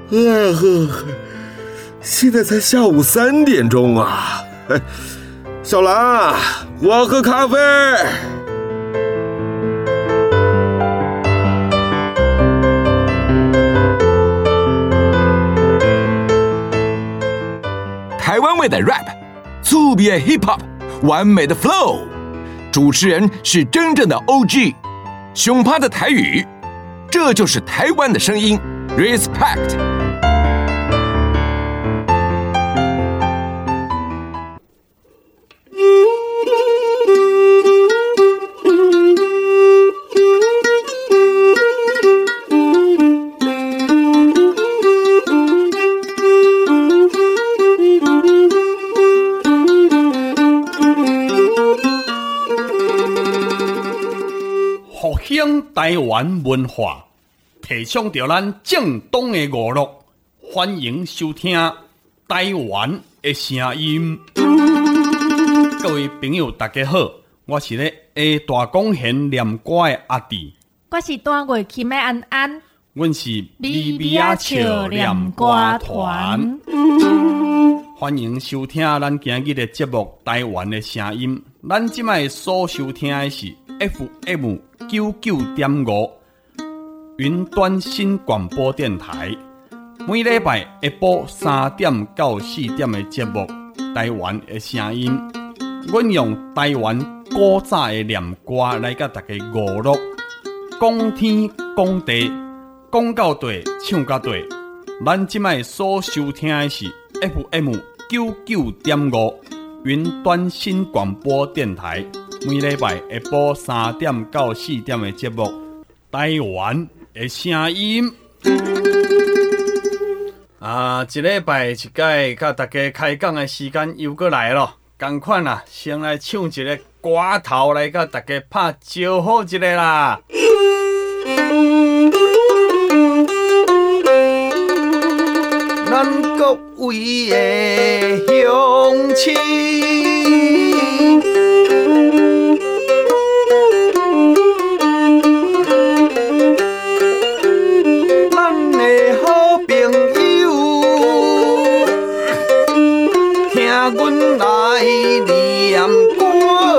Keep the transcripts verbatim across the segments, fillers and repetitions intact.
呃呵，现在才下午三点钟啊！小兰，我喝咖啡。 台湾味的 rap， 粗鄙的 hip hop， 完美的 flow， 主持人是真正的 O G， 凶趴的台语，这就是台湾的声音 ，respect。 复兴台湾文化，提倡着咱正统的娱乐，欢迎收听台湾的声音。各位朋友，大家好，我是咧下大公园念歌的阿弟， 我是单月琴的安安， 阮是咪咪仔笑念歌团。 欢迎收听咱今日的节目《台湾的声音》。咱即摆所收听的是 F M 九九点五云端新广播电台。每礼拜下晡三点到四点的节目《台湾的声音》，阮用台湾古早的念歌来甲大家娱乐，讲天讲地，讲到地唱到地。咱即摆所收听的是 F M 九九点五云端新广播电台，每礼拜下晡三点到四点的节目《台湾的声音》。啊，一礼拜一届，甲大家开讲的时间又过来了，同款啦，先来唱一个歌头来甲大家拍招呼一个啦。咱各位的乡亲，咱的好朋友，听阮来念歌。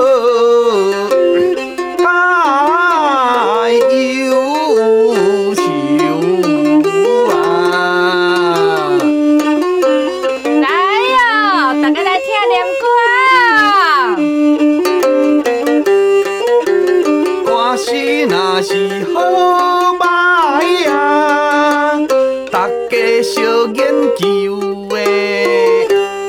若是好歹啊，大家小研究的。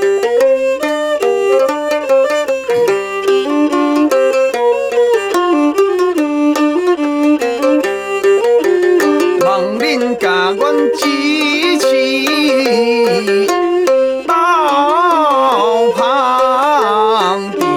望恁甲阮支持，斗捧场。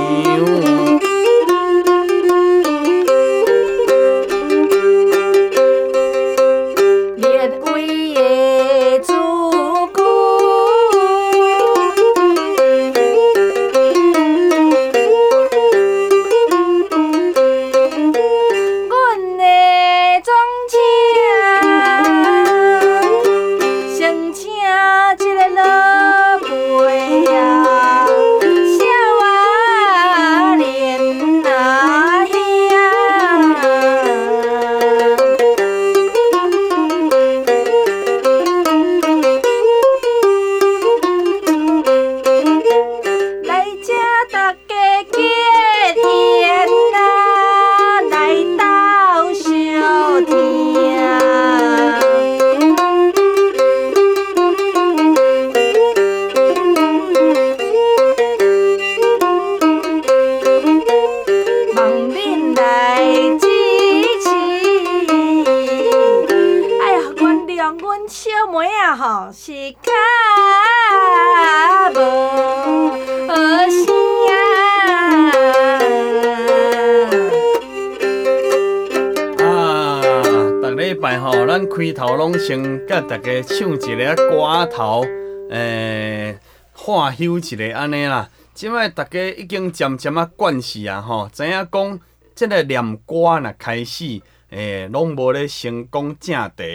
咱开头拢先甲大家唱一个歌头，诶、欸，话休一个安尼啦。即摆大家已经渐渐啊惯势啊吼，知影讲即个念歌若开始，诶、欸，拢无咧先讲正题。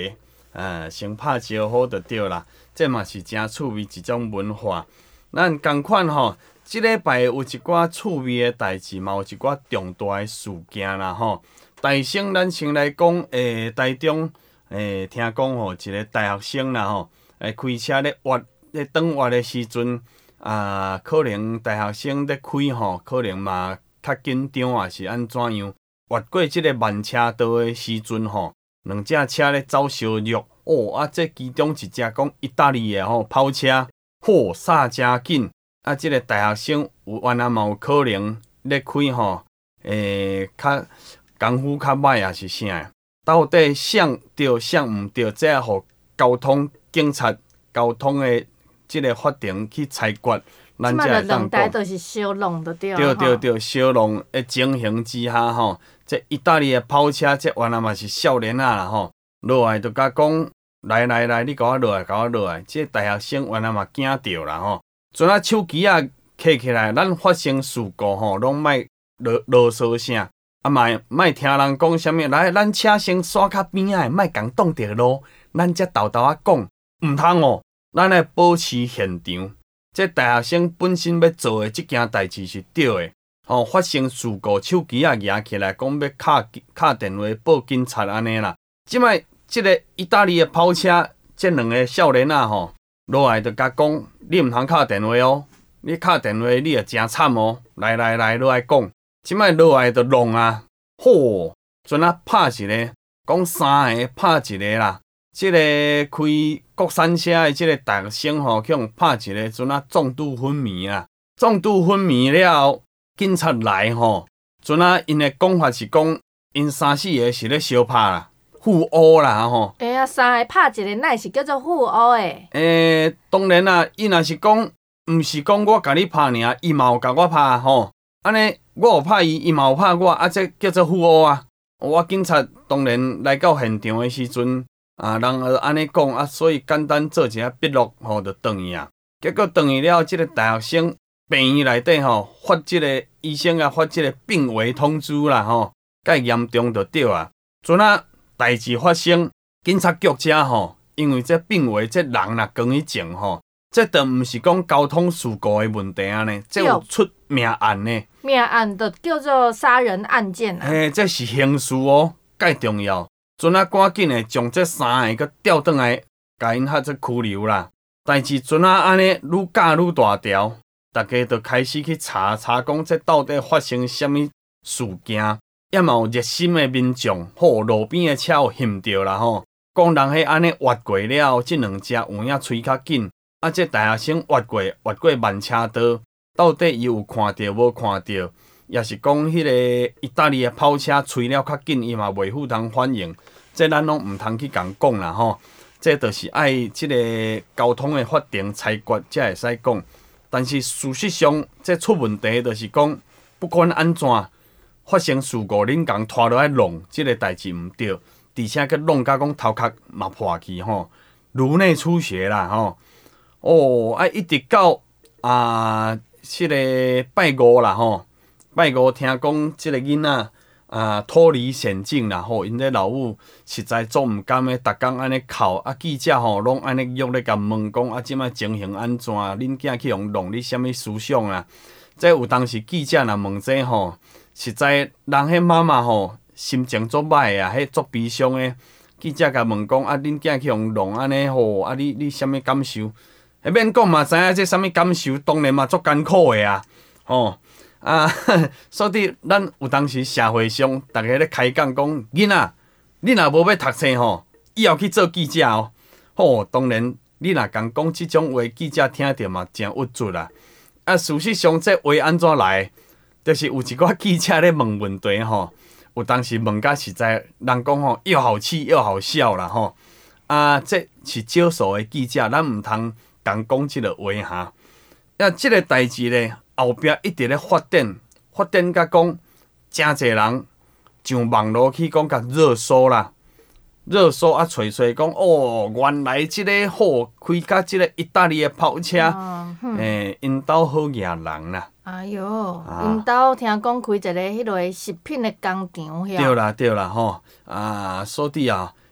呃，先拍招呼就对啦。这嘛是真趣味一种文化。咱同款吼，即礼拜有一寡趣味的代志，嘛有一寡重大的事件啦吼。大省咱先来讲，诶，台中诶，听讲吼，一个大学生啦吼，诶，开车咧挖咧转挖的时阵，啊，可能大学生咧开吼，可能嘛较紧张啊，是安怎样？越过即个慢车道的时阵吼，两只车咧走相约哦，啊，这其中一只讲意大利的吼跑车，嚯刹真紧，啊，即、这个大学生有原来嘛有可能咧开吼，诶、欸，较功夫较歹也是啥？到底想对想毋对，这要互交通警察、交通的即个法庭去裁决。咱才会当讲， 就是相弄的对。 对对对，相弄的情形之下吼，这意大利的跑车，这原来嘛是少年仔啦吼，落来就甲讲，来来来，你甲我落来，甲我落来。这大学生原来嘛惊着啦吼，阵啊手机啊摕起来，咱发生事故吼，拢莫啰啰嗦声，啊莫莫听人讲啥物，来，咱车先煞较边仔，莫共挡着路，咱才豆豆啊讲，毋通哦，咱来保持现场。这大学生本身要做的这件代志是对的，吼、哦、发生事故，手机啊举起来，讲要敲敲电话报警察安尼啦。即摆即个意大利的跑车，这两个少年啊吼，落来就甲讲，你毋通敲电话哦，你敲电话你会真惨哦。来来来，落来讲，即摆落来就弄啊，嚯，阵啊拍一个，讲三个拍一个啦。即个开国产车的即个大学生吼，去互拍一个，阵啊重度昏迷啊，重度昏迷了后，警察来吼，阵啊因的讲法是讲，因三四个是咧相拍啦，互殴啦吼。 哎呀，三个拍一个，那是叫做互殴诶。 诶，当然啦，伊若是讲，毋是讲我甲你拍尔，伊嘛有甲我拍吼，安尼我有拍伊，伊嘛有拍我，啊，这叫做互殴啊。我警察当然来到现场的时阵。啊，人呃安尼讲啊，所以简单做一下笔录吼，就转去啊。结果转去了，即个大学生病院内底吼，发即个医生啊，发即个病危通知啦吼，介严重就对啊。阵啊代志发生，警察局遮吼，因为这病危这人若光去种吼，这都毋是讲交通事故的问题啊呢，这有出命案呢。 命案就叫做杀人案件啊。 嘿，这是刑事哦，介重要。阵啊，赶紧诶，将这三个佮调转来，甲因较做拘留啦。但是阵啊，安尼愈教愈大条，大家就开始去查查，讲这到底发生什么事件。也嘛有热心诶民众，吼路边诶车有翕着啦吼，讲人迄安尼越过了后，即两只有影吹较紧。啊，这大学生越过越过慢车道，到底伊有看到无看到？也是讲迄个意大利的跑车吹了较紧，伊嘛袂赴通反应，这咱拢毋通去共讲啦吼。这就是爱即个交通的法庭裁决才会使讲。但是事实上，这出问题就是讲，不管安怎发生事故，恁共拖落来弄，即、这个代志毋对，而且佮弄甲讲头壳嘛破去吼，颅内出血啦吼。哦，啊一直到啊，即、这个拜五啦吼。拜五听讲，即个囡仔啊脱离险境啦吼，因咧老母实在做毋甘诶，逐工安尼哭，啊记者吼拢安尼约咧甲问讲，啊即摆情形安怎？恁囝去互弄你什物思想啊？即有当时记者若问这吼，实在人迄妈妈吼心情足歹啊，迄足悲伤诶。记者甲问讲，啊恁囝去互弄安尼吼，啊你你什物感受？迄免讲嘛，知影这什物感受，当然嘛足艰苦诶啊，吼。啊，所以咱有当时社会上，逐个咧开讲讲，囡仔，你若无要读册吼，以后去做记者哦。吼、哦，当然，你若共讲即种话，记者听着嘛真郁卒啦。啊，事实上，这话安怎来？就是有一寡记者咧问问题吼，有当时问甲实在，人讲吼又好气又好笑啦吼。啊，这是少数的记者，咱毋通共讲即个话哈。啊，即个代志咧。后壁一直咧发展，发展甲讲，真侪人上网络去讲甲热搜啦，热搜啊，找找讲哦，原来即个好开甲即个意大利的跑车，诶、哦，因、欸、兜好野人啦。 哎哟，因兜、啊、听讲开一个迄个食品的工厂， 对啦对啦吼，啊，所以啊，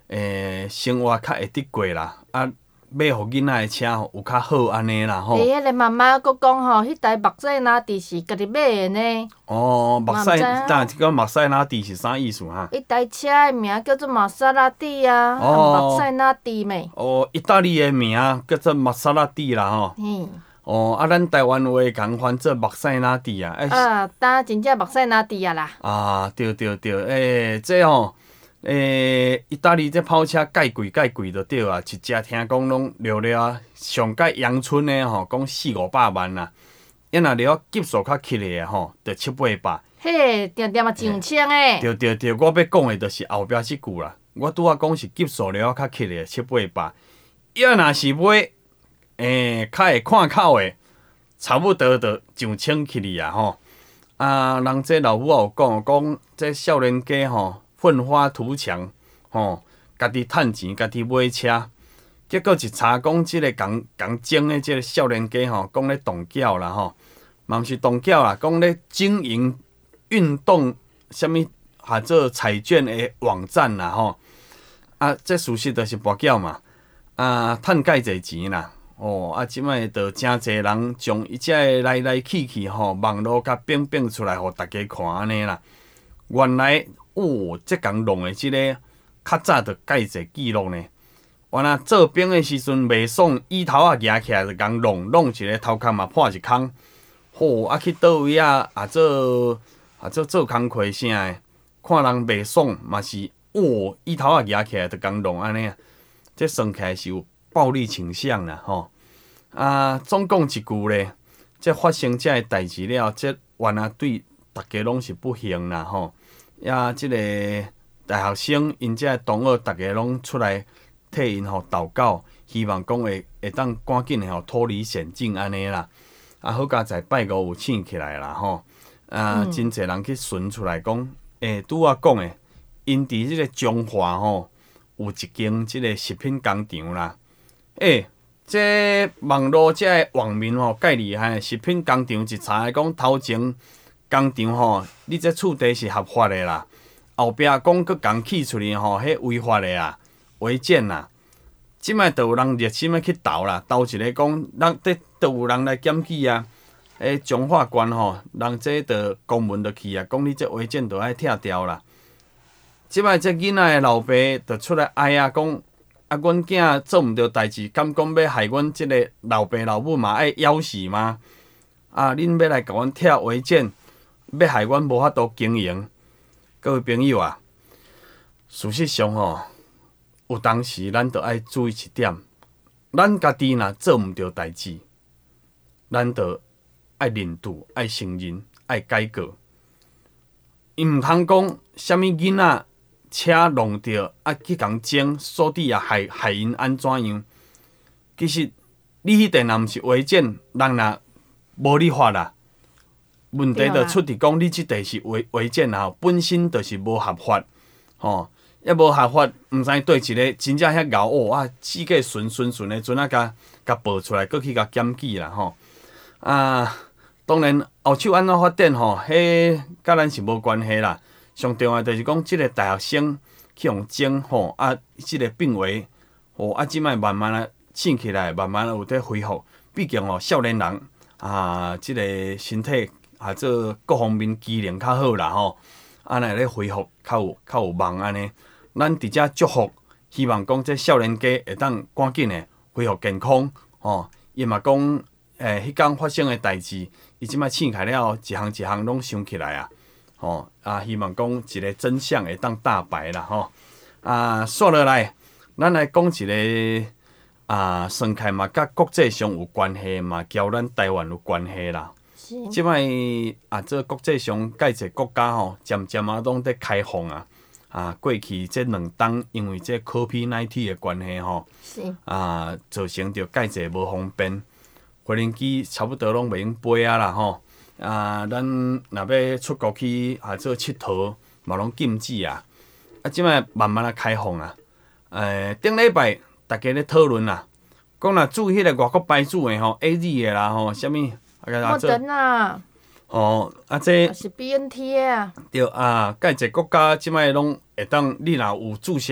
诶、欸、生活较会得过啦，啊，买互囡仔的车吼有较好安尼啦吼。 诶，迄个妈妈佫讲吼，迄台目屎拿地是家己买的呢。 哦，目屎，但即个目屎拿地是啥意思哈？ 迄台车的名叫做玛莎拉蒂啊，目屎拿地咩？ 哦，意大利的名叫做玛莎拉蒂啦吼。 嗯。 哦，啊，咱台湾话共翻做目屎拿地啊。 啊，当真正目屎拿地啊啦。 啊，对对对，诶、欸，这吼、哦，诶、欸，意大利这跑车介贵介贵就对啊，一只听讲拢聊聊上介阳春的吼，讲四五百万啦。因若了级数较起来的吼，就七八百。 嘿，定定嘛上千诶。 对对对，我要讲的就是后壁即句啦。我拄仔讲是级数了较起来的七八百。要若是买，诶，较会看口的，差不多就上千起哩啊吼。啊，人这老母也有讲，讲这少年家吼，奋发图强，吼，家己趁钱，家己买车。结果一查讲，即个共共种的即个少年家吼，讲咧动脚啦吼，嘛毋是动脚啦，讲咧经营运动啥物或者彩券的网站啦吼。啊，这事实就是博缴嘛，啊，趁介济钱啦。哦，啊，即摆就真侪人将伊遮个来来去去吼，网络甲变变出来，互大家看安尼啦。原来哦，即共弄的即个较早就介济记录呢。原来做兵的时阵袂爽，椅头啊举起来就共弄，弄一个头壳嘛破一空。吼、哦，啊去倒位啊，啊做啊做做工课啥的，看人袂爽嘛是哦，椅头啊举起来就共弄安尼啊。这算起来是有暴力倾向啦吼。啊，总讲一句咧，这发生这个代志了，这原来对大家拢是不幸啦吼。呀，即、这个大学生因这同学大家拢出来。替因吼祷告，希望讲会会当赶紧吼脱离险境安尼啦。啊，好佳在拜五有醒起来啦吼。啊，嗯、真侪人去寻出来讲，诶、欸，拄我讲诶，因伫即个中华吼有一间即个食品工厂啦。诶、欸，这网络这个网民吼介厉害，食品工厂一查来讲，头前工厂吼，你这厝地是合法的啦，后壁讲佫共起出去吼，迄违法的啦。违建啦，即摆就有人热心要去投啦，投一个讲，人得都有人来检举啊。诶，中华关吼，人这就公文就去啊，讲你这违建就爱拆掉啦。即摆这囡仔的老爸就出来哀啊，讲啊，阮囝做毋着代志，敢讲要害阮即个老爸老母嘛爱枵死吗？啊，恁要来甲阮拆违建，要害阮无法度经营。各位朋友啊，事实上吼。有当时，咱着爱注意一点，咱家己若做毋着代志，咱着爱认度、爱承认、爱改过。伊毋通讲啥物囡仔车弄着啊去共争，锁底啊害害因安怎样？其实你迄阵若毋是违建，人若无你法啦。问题着出伫讲，你即地是违违建啊，本身着是无合法，吼。也无合法，毋知对一个真正遐咬哦啊，四界顺顺顺的，阵啊甲甲报出来，搁去甲检举啦吼。啊，当然后手安怎发展吼，迄甲咱是无关系啦。上重要就是讲，即个大学生去用争吼啊，即个病危吼啊，即摆慢慢啊醒起来，慢慢有在恢复。毕竟吼，少年人啊，即个身体啊，做各方面机能较好啦吼，啊，来咧恢复较有较有望安尼。咱伫遮祝福，希望讲这少年家会当赶紧的恢复健康，吼。伊嘛讲，诶，迄天发生的代志，伊即摆醒起来了，一项一项拢想起来啊，吼啊，希望讲一个真相会当大白啦，吼啊，说落来，咱来讲一个啊，算起嘛，甲国际上有关系嘛，交咱台湾有关系啦。即摆啊，这国际上介济国家吼，渐渐啊，拢在开放啊。啊，过去这两冬因为这 COVID 十九 的关系吼，啊，造成着介济无方便，飞行机差不多拢袂用飞啊啦吼。啊，咱若要出国去啊做佚佗，嘛拢禁止啊。啊，即摆慢慢啊开放啊。诶，顶礼拜大家咧讨论啦，讲若做迄个外国牌子的吼 ，A Z 的啦吼，啥物啊做。 哦，啊，这是 B N T 啊。 对啊，介济国家即摆拢会当，你若有注射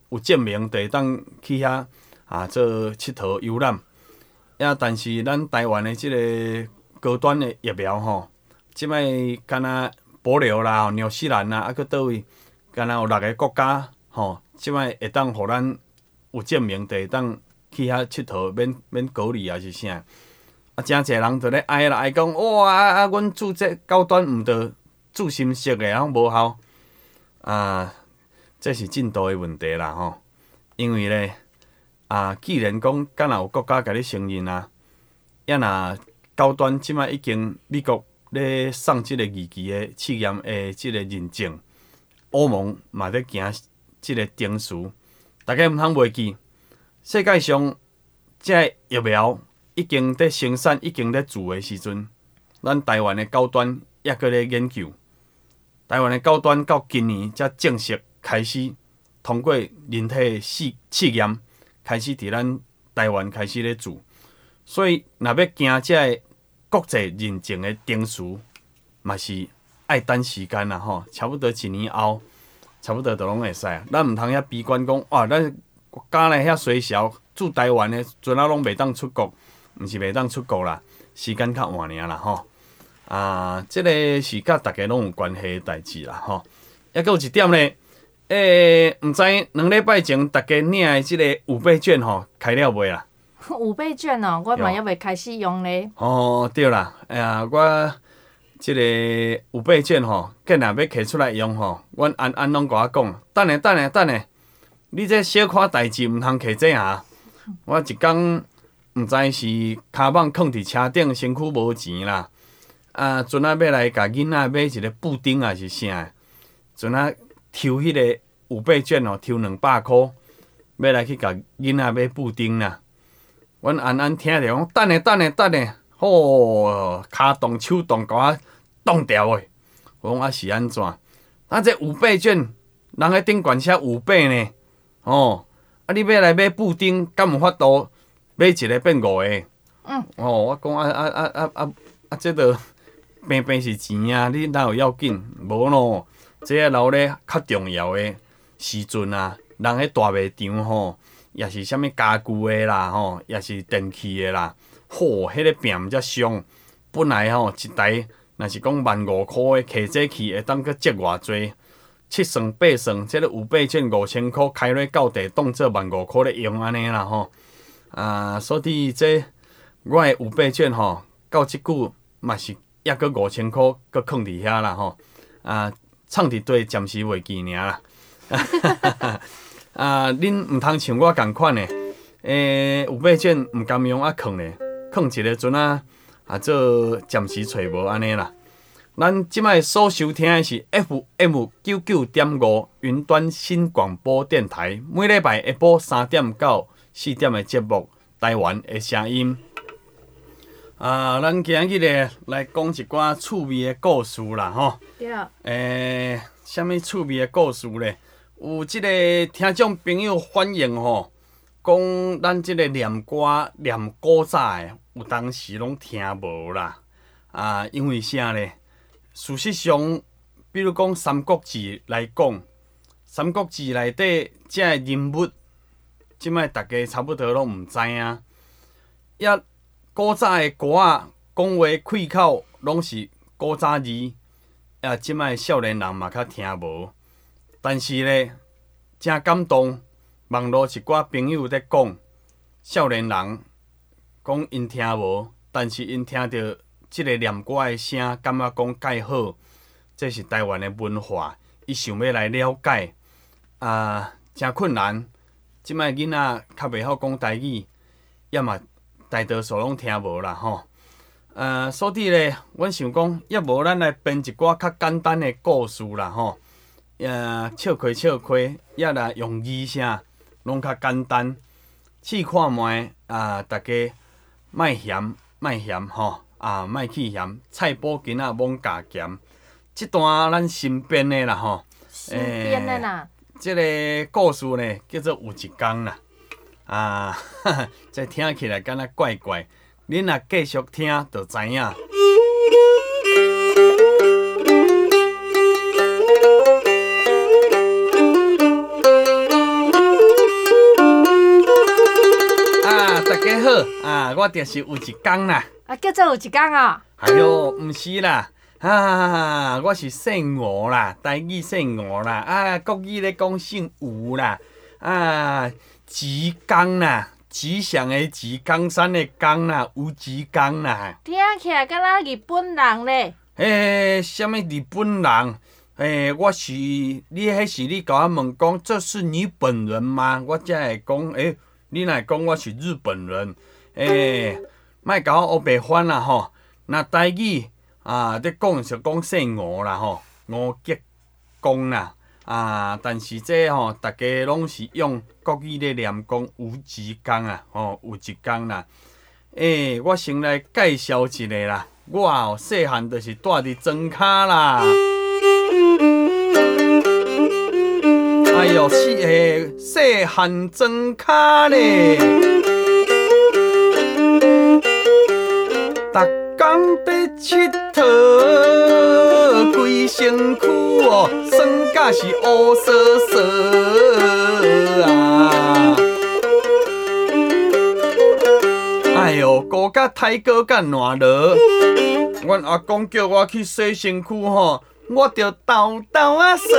有证明，就会当去遐啊做佚佗游览。呀，但是咱台湾的即个高端的疫苗吼，即摆敢若保留啦、纽西兰啦，啊，搁倒位，敢若有六个国家吼，即摆会当互咱有证明，就会当去遐佚佗，免免隔离啊是啥？啊，真侪人就咧爱啦，爱讲哇啊啊！阮注这高端毋得注心色的，啊无效啊，这是进度的问题啦吼。因为咧啊，既然讲敢若有国家甲你承认啊，也若高端即摆已经美国咧送即个二期的试验的即个认证，欧盟嘛咧行即个程序，大家毋通袂记，世界上即个疫苗已经在生产、已经在做的时阵，咱台湾的高端也搁咧研究。台湾的高端到今年才正式开始通过人体试试验，开始伫咱台湾开始咧做。所以，若要行这个国际认证的程序，嘛是爱等时间啦吼，差不多一年后，差不多就拢会使。咱毋通遐悲观讲，哇，咱国家咧遐衰小，驻台湾的阵啊拢袂当出国，毋是袂当出国啦，时间较晚尔啦吼。啊，即、这个是甲大家拢有关系的代志啦吼。抑阁有一点咧，诶、欸，毋知两礼拜前大家领的即个五倍券吼开了未啦？ 五倍券哦，我嘛还未开始用咧。 哦，对啦，哎呀，我即个五倍券吼，竟然要摕出来用吼，阮安安拢甲我讲，等下等下等下，你这小可代志毋通摕这啊！我一工毋知是骹蠓囥伫车顶，身躯无钱啦。啊，阵仔要来甲囡仔买一个布丁啊是啥？阵仔抽迄个五倍券哦，抽两百箍，要来去甲囡仔买布丁啦。阮安安听着讲，等下等下等下，吼，骹动手动，甲我冻掉诶！我讲啊是安怎？啊，这五倍券，人喺顶悬写五倍呢，哦，啊你要来买布丁，敢有法度买一个变五个？嗯，哦，我讲啊啊啊啊啊啊，这个。平平是钱啊，你哪有要紧？无咯，这个留咧较重要的时阵啊，人喺大卖场吼，也是啥物家具的啦，吼，也是电器的啦，吼，迄个饼才俗。本来吼一台，若是讲万五箍的摕这去，会当去折偌济？七算八算，这个五倍券五千箍开落到地，当做万五箍咧用安尼啦吼。啊，所以这我的五倍券吼，到即久嘛是。抑搁五千箍，搁囥伫遐啦吼，啊，藏伫堆，暂时袂记尔啦。啊，恁毋通像我共款诶，诶、欸，有买券毋甘用啊囥咧，囥一个阵啊，啊做暂时找无安尼啦。咱即摆所收听的是 F M 九九点五云端新广播电台，每礼拜下晡三点到四点的节目，台湾的声音。啊，咱今日咧来讲一寡趣味的故事啦，吼。 对。 诶，啥物趣味的故事咧？有即个听众朋友反映吼，讲咱即个念歌念古早的，有当时拢听无啦。啊，因为啥咧？事实上，比如讲《三国志》来讲，《三国志》内底即个人物，即摆大家差不多拢毋知影。一古早的歌仔讲话开口拢是古早字，啊，即摆少年人嘛较听无。但是咧，真感动，网络一寡朋友在讲，少年人讲因听无，但是因听到即个念歌的声，感觉讲介好，这是台湾的文化，伊想要来了解，啊，真困难。即摆囡仔较袂晓讲台语，也嘛。大多数拢听无啦吼，呃，所以咧，阮想讲，要无咱来编一寡较简单的故事啦吼，呃，笑开笑开，也来用字声，拢较简单，试看觅啊，大家莫嫌莫嫌吼，啊，莫去嫌，菜脯囡仔罔加咸，即段咱身边的啦吼， 身边的啦， 即、欸这个故事呢，叫做有一天啦。啊，哈哈，这听起来敢若怪怪，恁若继续听就知影。 说好啊，我就是有一天啦。 啊，叫做有一天啊。 哎呦，毋是啦，啊，我是姓吴啦，台语姓吴啦，啊，国语咧讲姓吴啦，啊，吉刚啦，吉祥的吉，江山的江啦，吴吉刚啦。 听起来敢若日本人咧。 诶，什么日本人？诶，我是你，迄是你甲我问讲，这是你本人吗？我才会讲，诶，你若讲我是日本人，诶，莫甲我黑白翻啦吼。那台语啊，咧讲就讲姓吴啦吼，吴吉公啦啊，但是这吼，大家拢是用国语咧念讲吴吉刚啊，吼，有一天啦。诶，我先来介绍一个啦。我哦，细汉就是住伫庄脚啦。哎呦，是诶，细汉庄脚咧，逐工要佚佗，规身躯哦，酸甲是乌瑟瑟啊！哎呦，高甲太高甲烂落，阮阿公叫我去洗身躯吼，我着豆豆啊洗。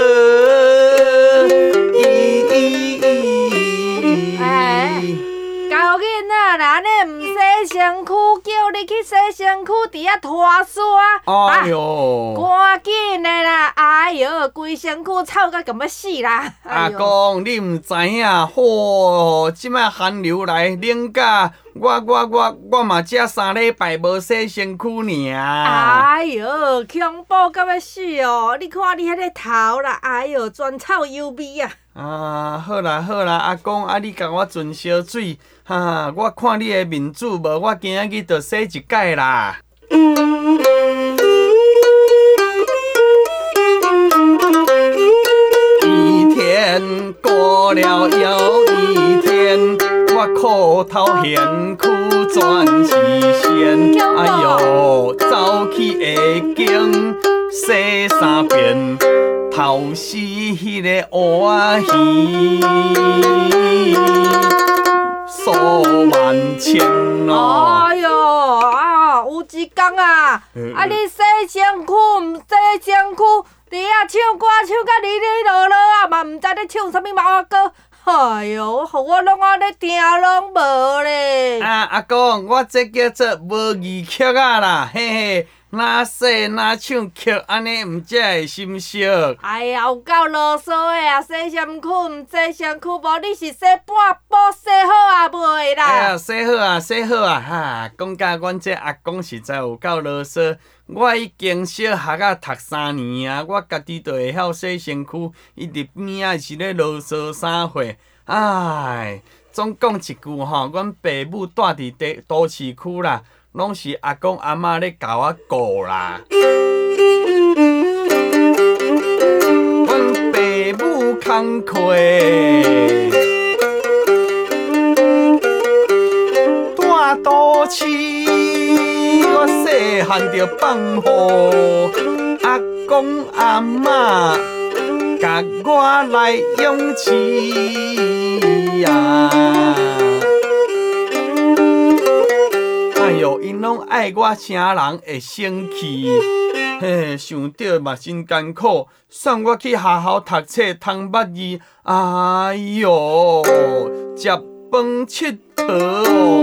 哎，狗囡仔啦，你毋洗身躯，叫你去洗身躯，伫遐拖沙。 哎呦！ 赶紧的啦！哎呦，规身躯臭甲咁要死啦！ 阿公，你毋知影吼，即摆寒流来，冷甲我我我我嘛才三礼拜无洗身躯尔。 哎呦，恐怖到要死哦！你看你迄个头啦，哎呦，全臭油味啊！ 啊，好啦好啦，阿公，啊你甲我存烧水，哈，我看你的面子无，我今仔日就洗一摆啦。一天过了又一天，我苦头嫌苦转是仙。哎呦，走去下境洗三遍，头死迄个乌仔鱼，数万千哦。 哎呦啊，有一天啊，啊你洗身躯毋洗身躯，伫遐唱歌唱甲哩哩落落啊，嘛毋知咧唱啥物毛歌。哎呦，互我拢安尼听拢无咧。 啊，阿公，我这叫做无义曲啊啦，嘿嘿，哪洗哪唱曲，安尼毋才会心俗。 哎呀，有够啰嗦的啊！洗身躯毋洗身躯，无你是洗半晡洗好啊袂啦？ 哎呀，洗好啊，洗好啊，哈！讲甲阮这阿公实在有够啰嗦。我已经小学啊读三年啊，我家己就会晓洗身躯，伊伫边仔是咧啰嗦啥货？哎，总讲一句吼，阮爸母住伫地都市区啦，拢是阿公阿嬷咧教我顾啦。阮爸母工课，住都市。我细汉就放互阿公阿嬷，甲我来养饲啊！哎呦，因拢爱我，啥人会生气？嘿，想着嘛真艰苦，送我去学校读册，通捌字。哎呦，食饭佚佗哦！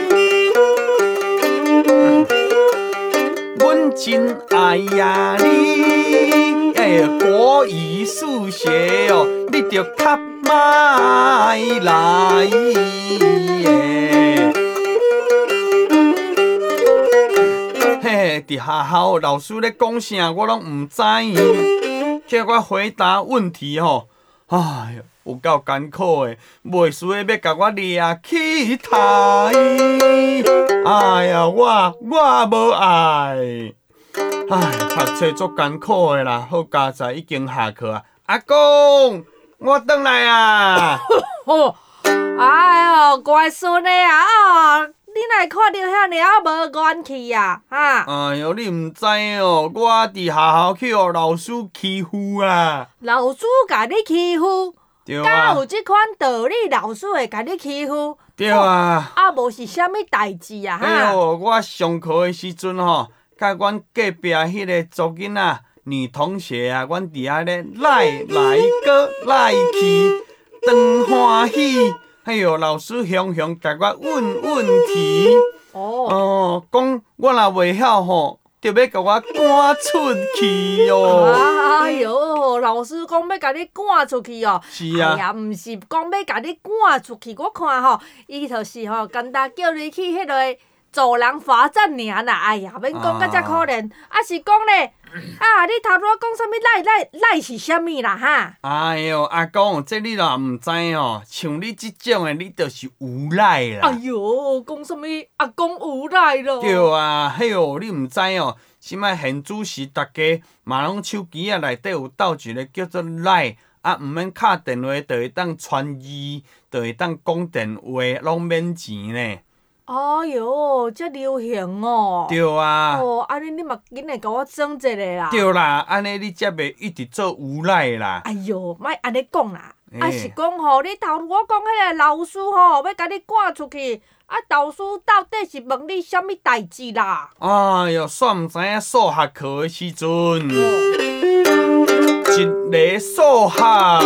阮真爱呀你，哎，国语数学哦，你着较莫来耶。嘿，伫学校老师咧讲啥，我拢毋知影，叫我回答问题吼，哎呀，有够艰苦的，袂输的要甲我掠去台。哎呀，我我无爱，唉，读册足艰苦的啦。好佳哉已经下课啊，阿公，我转来啊。 哦，哎呦，乖孙的啊，哦，你哪会看到遐尔无元气啊？哈！ 哎呦，你毋知哦，我伫学校去互老师欺负啊。 老师甲你欺负？ 对敢啊， 有即款道理，老师会甲你欺负？ 对啊。 啊，无是啥物代志啊哎哈？ 呦，我上课的时阵吼，甲阮隔壁迄个族囡仔女同学啊，阮伫遐咧来来个来去，当欢喜。哎呦，老师雄雄甲我问问题， 哦， 哦，讲我若袂晓吼，就要甲我赶出去哦。 哎哟，老师讲要甲你赶出去哦。 是啊哎呀，毋是讲要甲你赶出去，我看吼，伊就是吼，简单叫你去迄个走廊罚站尔啦。哎呀，免讲甲遮可怜，啊是讲咧，啊你头拄仔讲啥物赖赖赖是啥物啦哈？ 哎呦，阿公，这你若毋知哦，像你即种的，你就是无赖啦。 哎哟，讲啥物阿公无赖咯？ 对啊，嘿哟，你毋知哦，即摆现主时大家嘛拢手机啊内底有斗一个叫做 Line， 啊，毋免敲电话就会当传字，就会当讲电话，拢免钱呢。 哎哟，遮流行哦。 对啊， 哦，安尼你嘛紧来甲我装一个啦。 对啦，安尼你才袂一直做无赖啦。 哎哟，莫安尼讲啦， 欸啊是讲吼，你头拄我讲迄个老师吼，要甲你赶出去，啊老师到底是问你啥物代志啦？ 哎哟，煞毋知影数学课的时阵，一个数学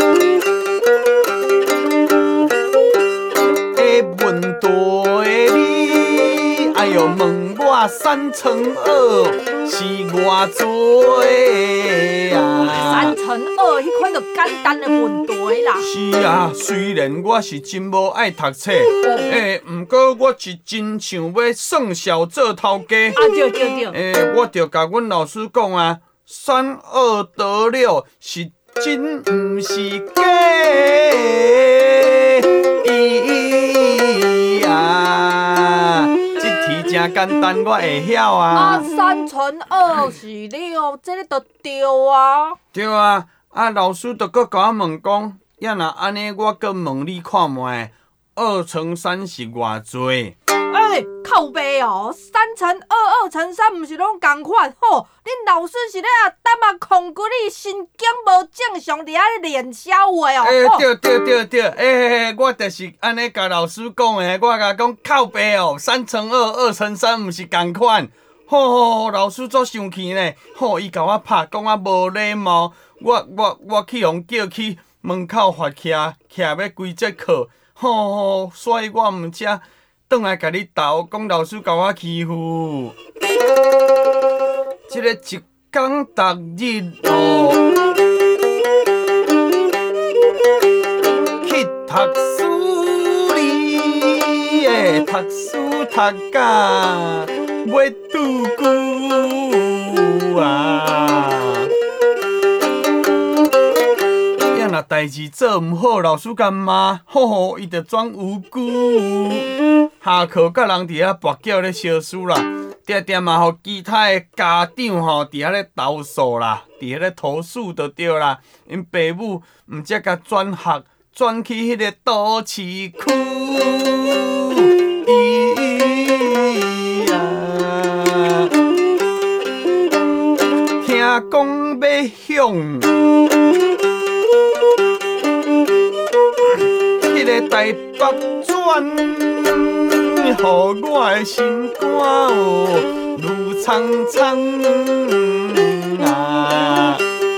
的问题你，哎哟，问我三乘二是偌多啊？ 三乘二迄款就简单的问题啦。 是啊，虽然我是真无爱读册，诶、毋过我是真想要算小做头家。 啊对对对， 诶、我着甲阮老师讲啊，三二得六是真毋是假。咦啊，这题真简单，我会晓啊啊。 三乘二是六，这个就对啊。 对啊，啊老师着搁甲我问讲，要若安尼，我搁问你看觅，二乘三是偌济？ 哎，靠背哦，三乘二，二乘三，毋是拢共款吼？恁老师是咧啊，担啊控骨你神经无正常，伫遐咧练笑话哦。 诶、 吼对对对对，诶、我就是安尼甲老师讲诶，我甲讲靠背哦，三乘二，二乘三毋是共款。吼吼，老师足生气呢，吼，伊甲我拍，讲我无礼貌，我我我去互叫去门口罚徛，徛要规节课，吼吼，所以我毋才转来甲你斗，讲老师甲我欺负。即、个一天逐日哦，去读书哩，诶，读书读甲要拄久啊。要若代志做毋好，老师甲骂，吼吼，伊就转无辜。下课甲人伫遐跋筊咧相输啦，定定嘛，互其他的家长吼伫遐咧投诉啦，伫遐咧投诉就对啦。因爸母毋则甲转学，转去迄个都市区。咦呀，听讲要向迄个台北转。予我的心肝哦，愈苍苍啊！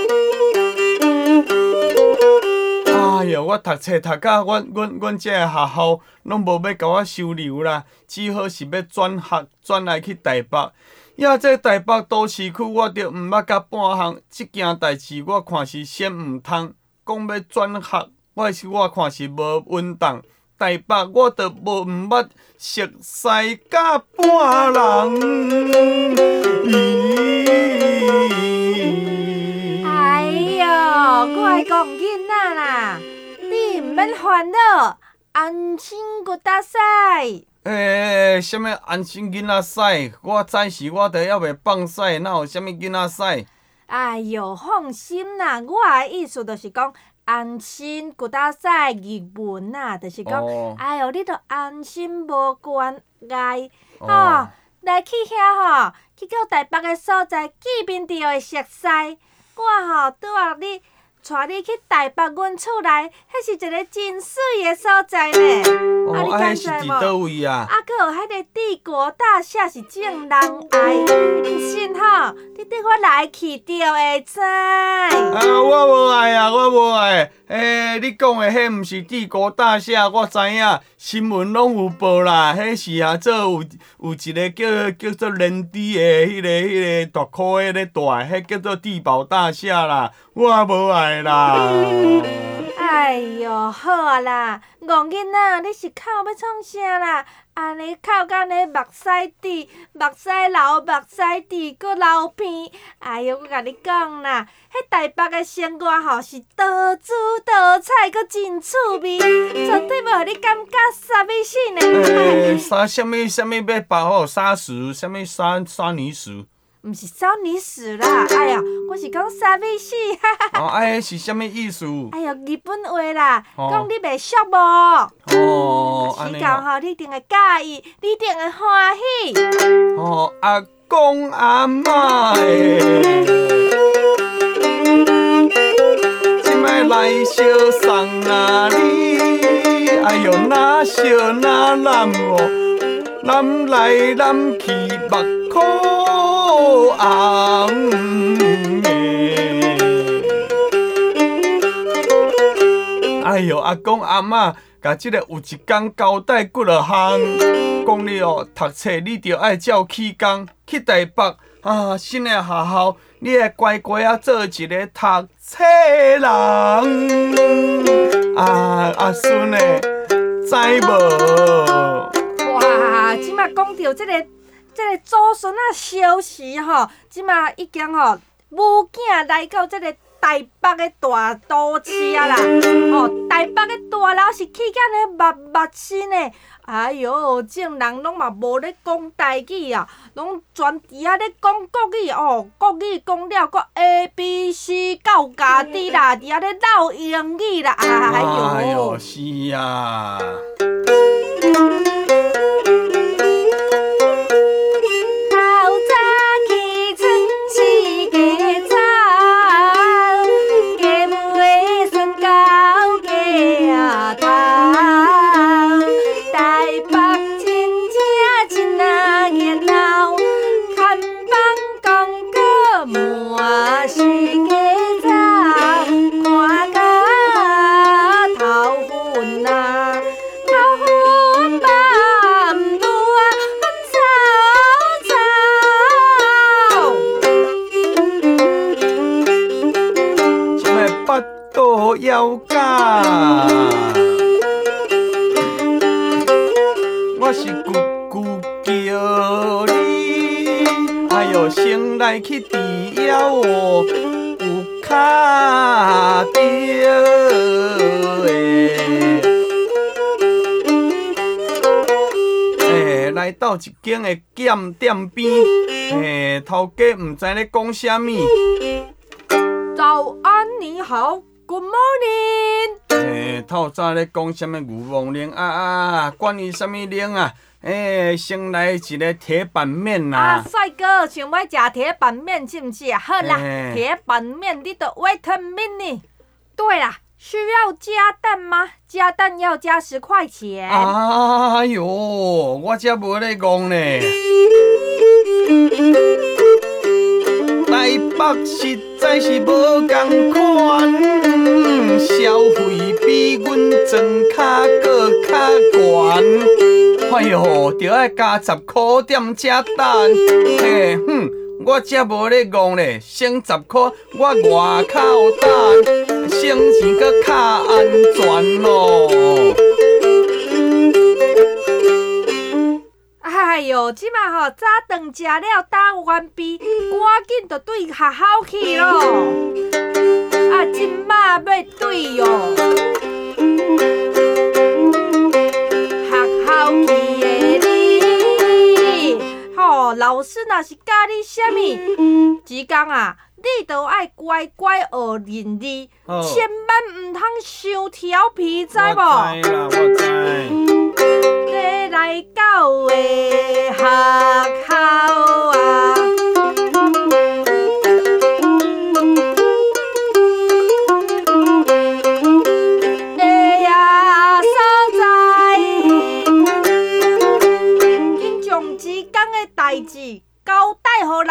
哎哟，我读册读甲阮阮阮这个学校拢无要甲我收留啦，只好是要转学转来去台北。呀，这台北都市区我着毋捌甲半项，即件代志我看是先毋通讲要转学，我是我看是无稳当。台北我着无毋捌熟悉甲半人。 哎哟，我来讲囡仔啦，你毋免烦恼，安心骨大赛。 诶、欸，什么安心囡仔赛？我早时我着还袂放屎，哪有什么囡仔赛？ 哎哟，放心啦，我的意思就是讲。安心骨大赛日文啊，就是讲， 哦、 哎哟，你着安心无关碍，吼、 哦、 来去遐吼，去到台北的所在，见面就会熟悉。我吼拄啊你带你去台北阮厝内，迄是一个真水的所在呢。 哦， 啊，你啊， 敢迄是伫知无？ 倒位啊？ 啊，搁有迄个帝国大厦是正人爱，毋信吼，你缀我来去就会知。 啊，我无爱啊，我无爱。诶、欸，你讲的迄毋是帝国大厦，我知影，新闻拢有报啦。迄是啊，做有有一个叫叫做连底的迄、那个迄、那个大箍的咧大，迄叫做地堡大厦啦。我无爱啦。 哎哟，好啊啦，戆囡仔，你是哭要创啥啦？安尼哭到呢目屎滴，目屎流，目屎滴，搁流鼻。哎哟，我甲你讲啦，迄台北的生活吼是多姿多彩，搁真趣味，绝对要互你感觉啥物死呢？ 诶、欸，啥什物什物要包好沙石，什物沙沙泥石。 毋是少你死啦！哎呀，我是讲啥物事？ 哦，啊，迄是什物意思？ 哎呀，日本话啦， 哦讲你袂俗无？ 哦，安尼啊。 时间吼，你一定会介意，你一定会欢喜。 哦，阿公阿嬷诶，今摆来相送啊你，哎哟，哪相哪揽哦，揽来揽去目眶红诶。哎哟，阿公阿嬷，甲即个有一天交代几落项，讲你哦，读册你着爱照起工去台北啊，新的学校，你会乖乖啊做一个读册人。啊，阿孙诶，知无？ 哇，即马讲到即个即个祖孙仔消息吼，即马已经吼母囝来到即个台北的大都市啊啦！吼、哦，台北的大楼是起甲呢密密新的，哎哟，众人拢嘛无咧讲台语啊，拢全伫遐咧讲国语哦，国语讲了个 A B C 到家己啦，伫遐咧唠英语啦，哎哟， 哎哟，是啊。要嫁，我是咕咕叫你，哎哟，先来去治疗哦，有卡着诶。诶，来到一间的店店边，诶，头家唔知咧讲啥物。 早安，你好。Good morning。 诶，透早咧讲什么牛王奶啊啊，管伊什么奶啊？诶，先来一个铁板面啦。 啊，帅哥，想要食铁板面是毋是啊？好啦， 欸、 铁板面你得 wait a minute。对啦，需要加蛋吗？加蛋要加十块钱。 哎哟，我才无咧讲呢。台北实在是无同款，消费比阮庄卡搁较悬。哎哟，着爱加十箍点才蛋。嘿，哼，我才无咧讲咧，省十箍我外口等，省钱搁较安全咯。 哎哟，即马吼早顿食了打完毕，赶紧就对学校去咯。啊，今马要对哟，学校去的你，吼，老师若是教你啥物，即工啊，你都爱乖乖学认字，千万唔通伤调皮，知无？ 我知啦，我知。 你来到的学校啊，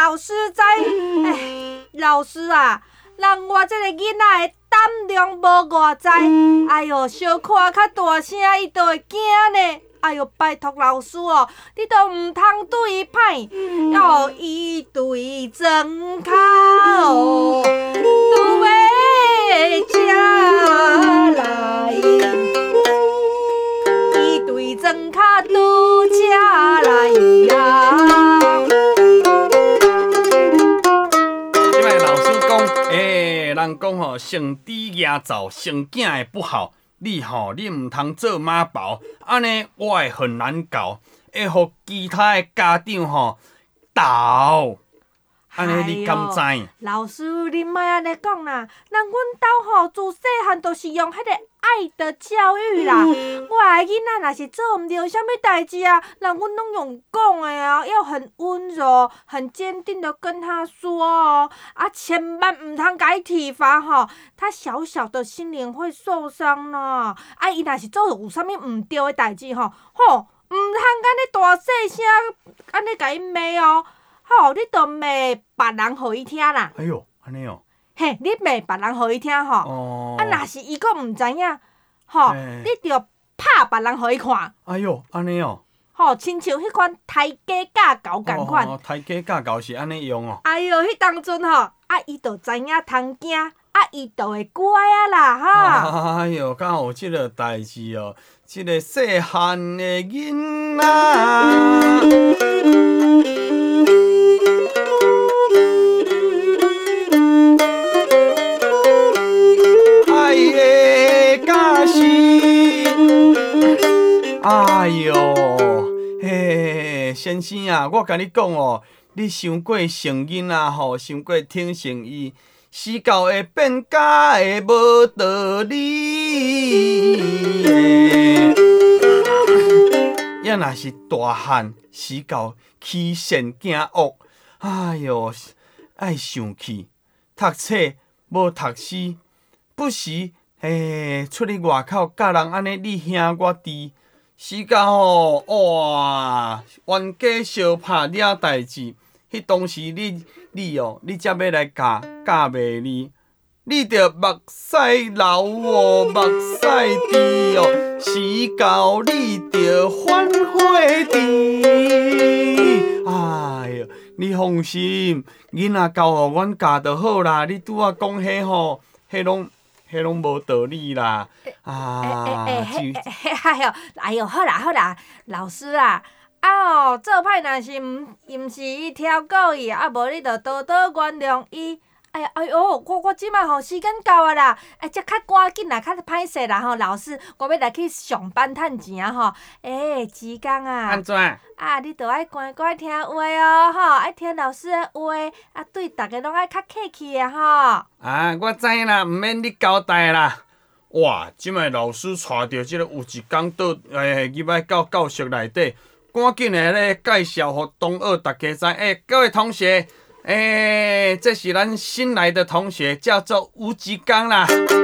老师知。哎，老师啊，人我这个囡仔的胆量无偌知，哎哟，小看较大声，伊就会惊呢。哎哟，拜托老师哦，你都唔通对伊歹，要伊对睁开哦，都会家来，伊对睁开都家来呀。 即摆老师讲，诶、欸，人讲吼，生猪压灶，生囝的不好。你吼，你唔通做妈宝，安尼我会很难搞，会互其他的家长吼斗。安尼你敢知？ 老师，你莫安尼讲啦，人阮兜吼自细汉就是用迄个爱的教育啦。我的囡仔若是做毋对啥物代志啊，人阮拢用讲的啊，要很温柔、很坚定的跟他说哦，啊，千万唔通甲伊体罚吼，他小小的心灵会受伤呢。啊，伊若是做有啥物毋对的代志吼，吼，毋通安尼大细声安尼甲伊骂哦。吼，你著骂别人，互伊听啦。 哎哟，安尼哦。 嘿，你骂别人，互伊听吼。 哦。 啊，若是伊阁毋知影，吼，你著拍别人，互伊看。 哎哟，安尼哦。 吼，亲像迄款抬价架高共款。 哦，抬价架高是安尼用哦。 哎哟，迄当阵吼，啊，伊著知影通惊，啊，伊著会乖啊啦，哈。 哎哟，敢有即个代志哦，即个细汉的囡仔。哎哟，嘿，先生啊，我甲你讲哦，你伤过成囡仔吼，伤过挺成伊，死狗会变假的无道理。也若是大汉，死狗欺善惊恶，哎哟，爱生气，读册无读书，不时嘿出去外口，甲人安尼你兄我弟。时间吼，哇，冤家相拍了代志。迄当时你你哦，你才要来教教袂你，你着目屎流哦，目屎滴哦，时到你着反悔滴。哎哟，你放心，囡仔交互阮教就好啦。你拄仔讲迄吼，迄拢。迄拢无道理啦！啊， 哎哎哎哎哎哟，哎哟，好啦好啦，老师啊，啊哦，做歹若是毋毋是伊挑故意，啊无你着多多原谅伊。哎呀哎哟，我我即摆吼时间到啊啦，哎，则较赶紧啦，较歹势啦吼，老师，我要来去上班趁钱啊吼。哎，志刚啊， 安怎？ 啊，你着爱乖乖听话哦，吼，爱听老师的话，啊，对逐个拢爱较客气啊，吼。 啊，我知啦，毋免你交代啦。哇，即摆老师带着即个有一天到诶入来到教室内底，赶紧的咧介绍互同学大家知。诶，各位同学。诶、欸，这是咱新来的同学，叫做吴吉刚啦，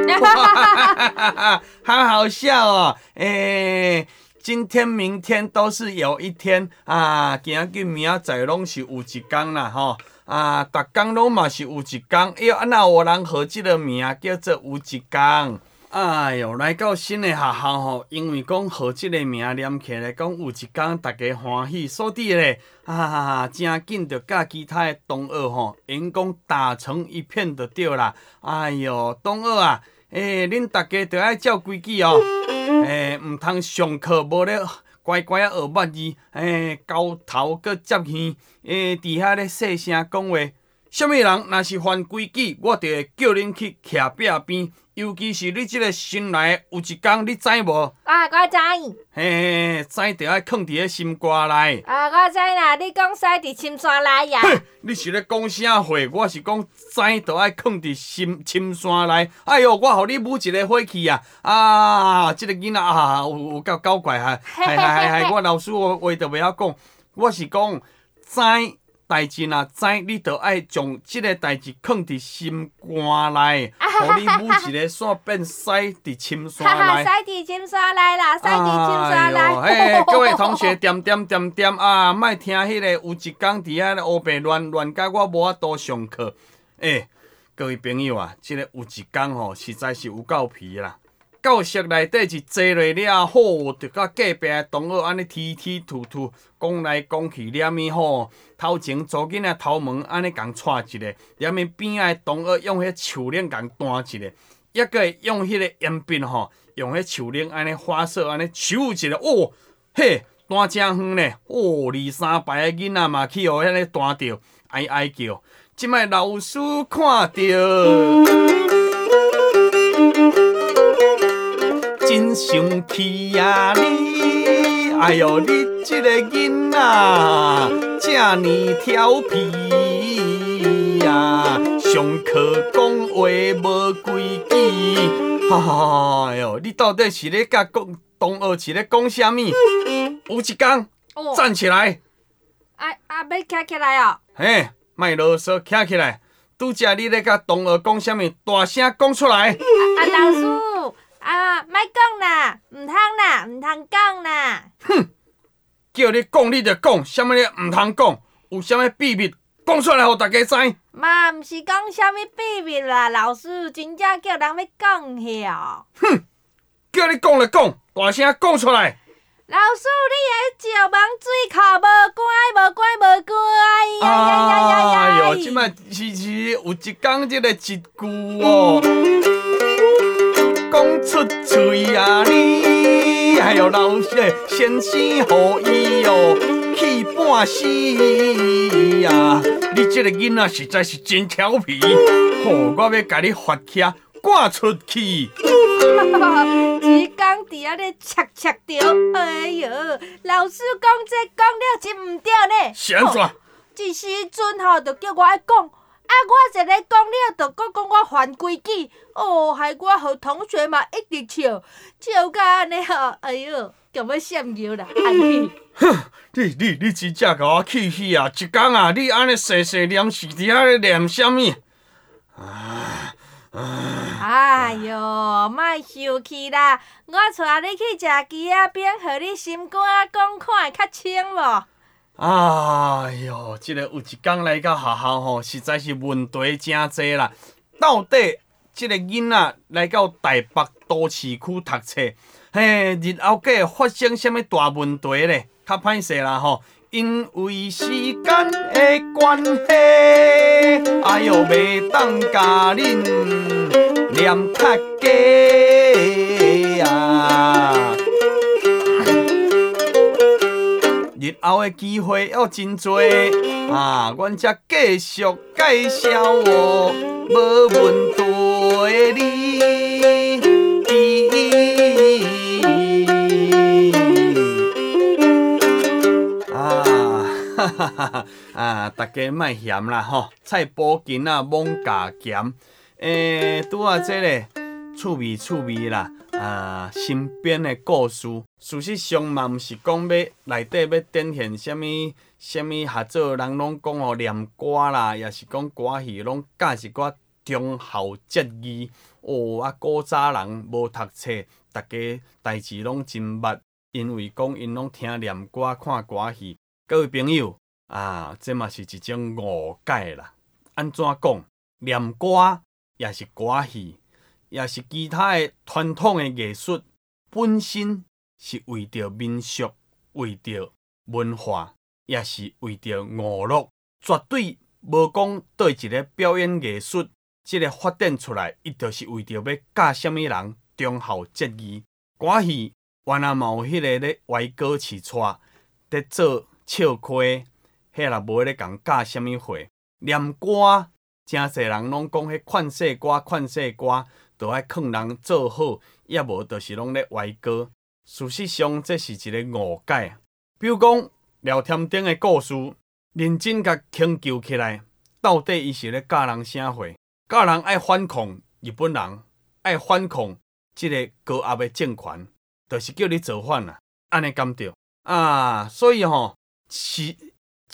好好笑哦！诶、欸，今天、明天都是有一天啊，今日、明仔载拢是有一天啦，吼啊，逐工拢嘛是有一天，哎呦，啊哪有人号即个名叫做吴吉刚？哎哟，来到新的学校吼，因为讲号即个名念起来讲有一天大家欢喜，所以咧啊，真紧着甲其他的同学吼，因讲打成一片就对啦。哎哟，同学啊，诶、欸，恁大家着爱照规矩哦，诶、欸，毋通上课无咧乖乖啊学捌字，诶、欸，交头搁接耳，诶、欸，伫遐咧细声讲话。什么人若是犯规矩，我就会叫恁去徛壁边。尤其是你即个新来的，有一天你知无？ 啊，我知。 嘿，知就爱藏伫咧心肝内。 啊，我知啦，你讲使伫深山内呀？ 嘿，你是咧讲啥话？我是讲知就爱藏伫心深山内。哎哟，我互你母一个火气啊！啊，即、这个囡仔啊，有有够搞怪哈！系系系系，我老师我话就袂晓讲，我是讲知代志若知，你着爱将即个代志藏伫心肝内，互你每一个线变驶伫深山内。 驶伫深山内啦，驶伫深山内。 哎呦，嘿，各位同学，点点点点啊，莫听迄个有一工伫遐黑白乱乱甲我无法度上课。哎，各位朋友啊，即、这个有一工吼，实在是有够皮啦。教室内底是坐落了好，就甲隔壁的同学安尼踢踢吐吐，讲来讲去，连咪吼头前组囡仔头毛安尼共带一个，连咪边仔的同学用迄树链共弹一个，抑个会用迄个烟笔吼，用迄树链安尼花色安尼咻一个，哦，嘿，弹真远呢，哦，二三排的囡仔嘛去互迄个弹着，哀哀叫，即摆老师看着。真生气啊你！哎哟，你这个囡仔这呢调皮呀、啊，上课讲话无规矩，哈哈！哎哟，你到底是咧甲讲同学是咧讲啥物？有一工，哦、站起来！ 啊啊，要站起来哦！ 嘿，莫啰嗦，站起来！拄则你咧甲同学讲啥物？大声讲出来！啊啊，老师。啊，莫讲啦，唔通啦，唔通讲啦！ 哼，叫你讲你就讲，啥物你唔通讲？有啥物秘密讲出来，互大家知。 嘛，唔是讲啥物秘密啦，老师真正叫人要讲遐。 哼，叫你讲就讲，大声讲出来。 老师，你个石门水库无关，无关，无关！哎呀呀呀呀！ 哎哟，即摆是是有一讲即个一句哦。讲出嘴啊你，哎呦老师，先生予伊哦气半死啊！你这个囡仔实在是真调皮，吼、哦！我要甲你发起赶出去。一讲伫遐咧切切着，哎呦，老师讲这讲了真唔对呢。 是安怎？ 一时阵吼，就叫我爱讲。啊！我一个讲了，就讲讲我犯规矩，哦，害我互同学嘛一直笑，笑甲安尼吼，哎哟，叫要闪尿啦！安尼。 哼，你你你真正甲我气死啊！一工啊，你安尼细细念是伫遐咧念啥物？啊啊！ 哎哟，莫生气啦！我带你去食鸡仔饼，互你心肝讲看会较清无？ 哎哟，即、这个有一工来到学校吼，实在是问题真多啦。到底即个囡仔来到台北都市区读册，嘿，日后计会发生啥物大问题咧？较歹势啦吼，因为时间的关系，哎哟，袂当甲恁念较假啊！日后的机会要真多啊！阮才继续介绍哦，无问题你。啊哈哈哈！啊，大家莫嫌啦吼，菜脯筋啊，罔加咸。诶，拄啊，这个趣味趣味啦。啊，身边的故事，事实上嘛，毋是讲要内底要展现什物什物合作，人拢讲哦念歌啦，也是讲歌戏拢教一寡忠孝节义。哦，啊，古早人无读册，大家代志拢真捌，因为讲因拢听念歌、看歌戏。各位朋友啊，这嘛是一种误解啦。安怎讲？念歌也是歌戏。也是其他的传统的艺术，本身是为着民俗，为着文化，也是为着娱乐，绝对无讲对一个表演艺术，即个发展出来，伊就是为着要教什么人忠孝节义。歌戏原来嘛有迄个咧歪歌起错，咧做笑亏，迄若无咧共教什么货。念歌，真侪人拢讲迄劝世歌，劝世歌。就爱劝人做好，也无就是拢咧歪歌。事实上，这是一个误解。比如讲聊天顶的故事，认真甲研究起来，到底伊是咧教人啥货？教人爱反抗日本人，爱反抗即个高压的政权，就是叫你造反啦。安尼敢对啊？所以吼、哦，是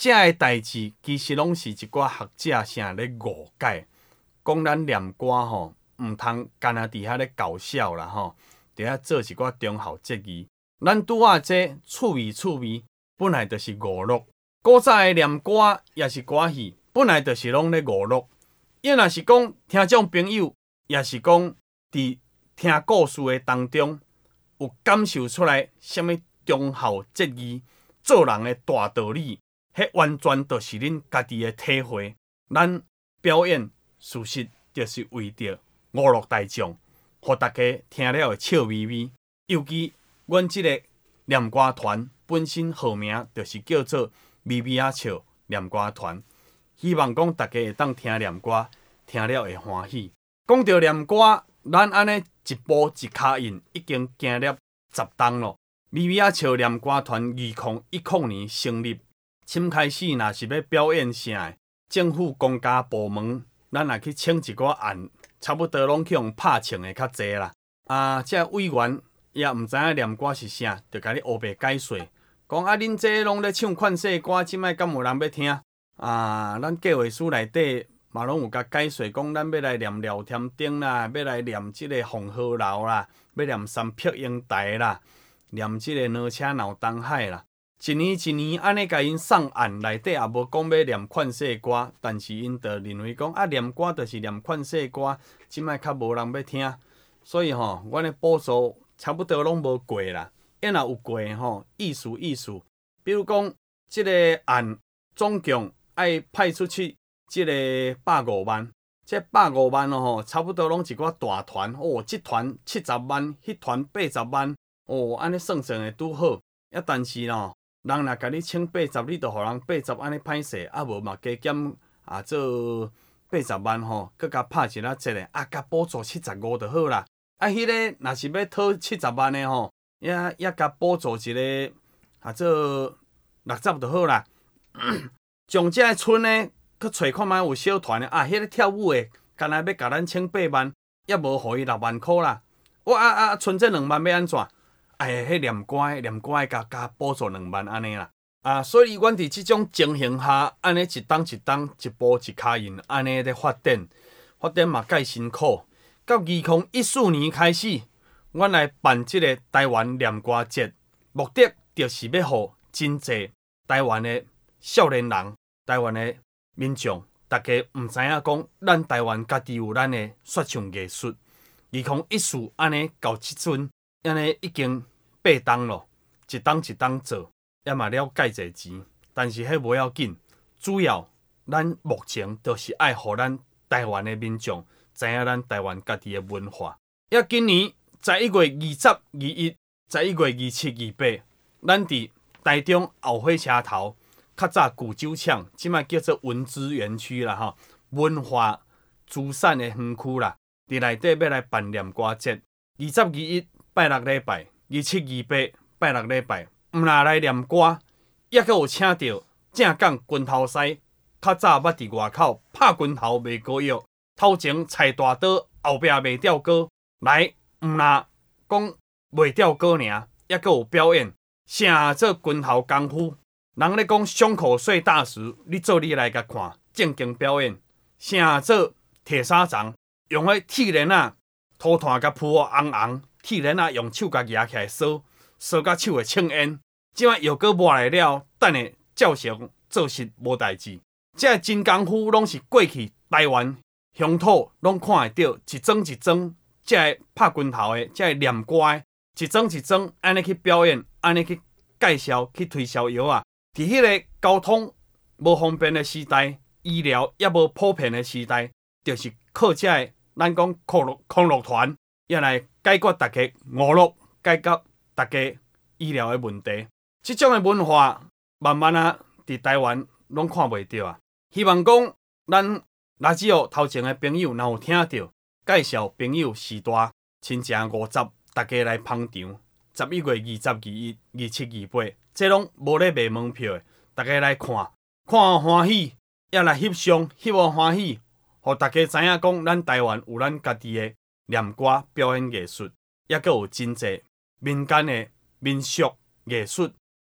这个代志其实拢是一寡学者啥咧误解，讲咱念歌吼，毋通干那伫遐咧搞笑啦吼，伫遐做一寡忠孝节义。咱拄啊这趣味趣味，本来就是娱乐。古早的念歌也是歌戏，本来就是拢咧娱乐。伊若是讲听众朋友，也是讲伫听故事的当中，有感受出来什么忠孝节义、做人的大道理，迄完全就是恁家己的体会。咱表演事实就是为着娱乐大众，互大家听了会笑眯眯。尤其阮即个念歌团本身号名就是叫做咪咪仔笑念歌团，希望讲大家会当听念歌，听了会欢喜。讲到念歌，咱安尼一步一脚印，已经行了十档咯。咪咪仔笑念歌团二零一零年成立，深开始若是要表演啥的，政府公家部门，咱若去请一寡案，差不多拢去用拍请的较济啦。啊，这委员也毋知影念歌是啥，就甲你黑白解说，讲啊，恁这拢咧唱款式歌，即摆敢有人要听？啊，咱计划书内底嘛拢有甲解说，讲咱要来念聊天顶啦，要来念即个红河楼啦，要念三碧英台啦，念即个哪车闹东海啦。一年一年安尼甲因送案，内底也无讲要念款式歌，但是因就认为讲啊，念歌就是念款式歌，即摆较无人要听，所以吼，阮的补助差不多拢无过啦。要若有过吼，意思意思，比如讲即个案总共爱派出去即个百五万，这百五万吼，差不多拢一寡大团哦，即团七十万，迄团八十万，哦，安尼算算会拄好。啊，但是咯，人若甲你请八十，你著互人八十安尼歹势，啊无嘛加减啊做八十万吼，佮甲拍一粒节的，啊甲补助七十五就好啦。啊，迄、那个若是要讨七十万的吼，也也甲补助一个啊做六十就好啦。从这个村呢，去找看觅有小团的啊，迄、那个跳舞的，干那要甲咱请八万，也无互伊六万箍啦。我啊啊，剩这两万要安怎？哎，迄念歌的念歌的加加补助两万安尼啦。啊，所以阮伫即种情形下，安尼一档一档，一步一脚印，安尼咧发展，发展嘛介辛苦。到二零一四年开始，阮来办即个台湾念歌节，目的就是要互真济台湾的少年人、台湾的民众，大家毋知影讲，咱台湾家己有咱的说唱艺术。二零一四安尼到即阵，安尼已经八档咯，一档一档做，也嘛了解者钱，但是迄无要紧，主要咱目前就是爱互咱台湾的民众。知影咱台湾家己的文化，也今年十一月二十、二一、十一月二七、二八，咱伫台中后火车头，较早古酒厂，即摆叫做文资园区啦吼，文化资产的园区啦，伫内底要来办念歌节，二十、二一拜六礼拜，二七、二八拜六礼拜，毋若来念歌，也阁有请到正港拳头师，较早捌伫外口拍拳头卖膏药。头前菜大刀，后壁卖吊锅，来，毋若讲卖吊锅尔，也阁有表演，啥做拳头功夫。人咧讲伤口碎大石，你做你来甲看，正经表演。啥做铁砂掌，用迄铁链仔，涂炭甲铺红红，铁链仔用手甲举起来烧，烧甲手会青烟。即摆药膏抹来了，等下照常做实无代志。这真功夫拢是过去台湾。乡土拢看会到，一桩一桩，即个拍拳头的，即个念歌的，一桩一桩安尼去表演，安尼去介绍、去推销药啊。伫迄个交通无方便的时代，医疗也无普遍的时代，就是靠即个咱讲康乐康乐团，也来解决大家娱乐、解决大家医疗的问题。即种的文化，慢慢啊，伫台湾拢看袂到啊。希望讲咱。若只有头前的朋友若有听到，介绍朋友时代亲情五十，大家来捧场。十一月二十、二一、二七、二八，这拢无咧卖门票的，大家来看，看互欢喜，也来翕相，翕互欢喜，互大家知影讲，咱台湾有咱家己的念歌表演艺术，也阁有真济民间的民俗艺术，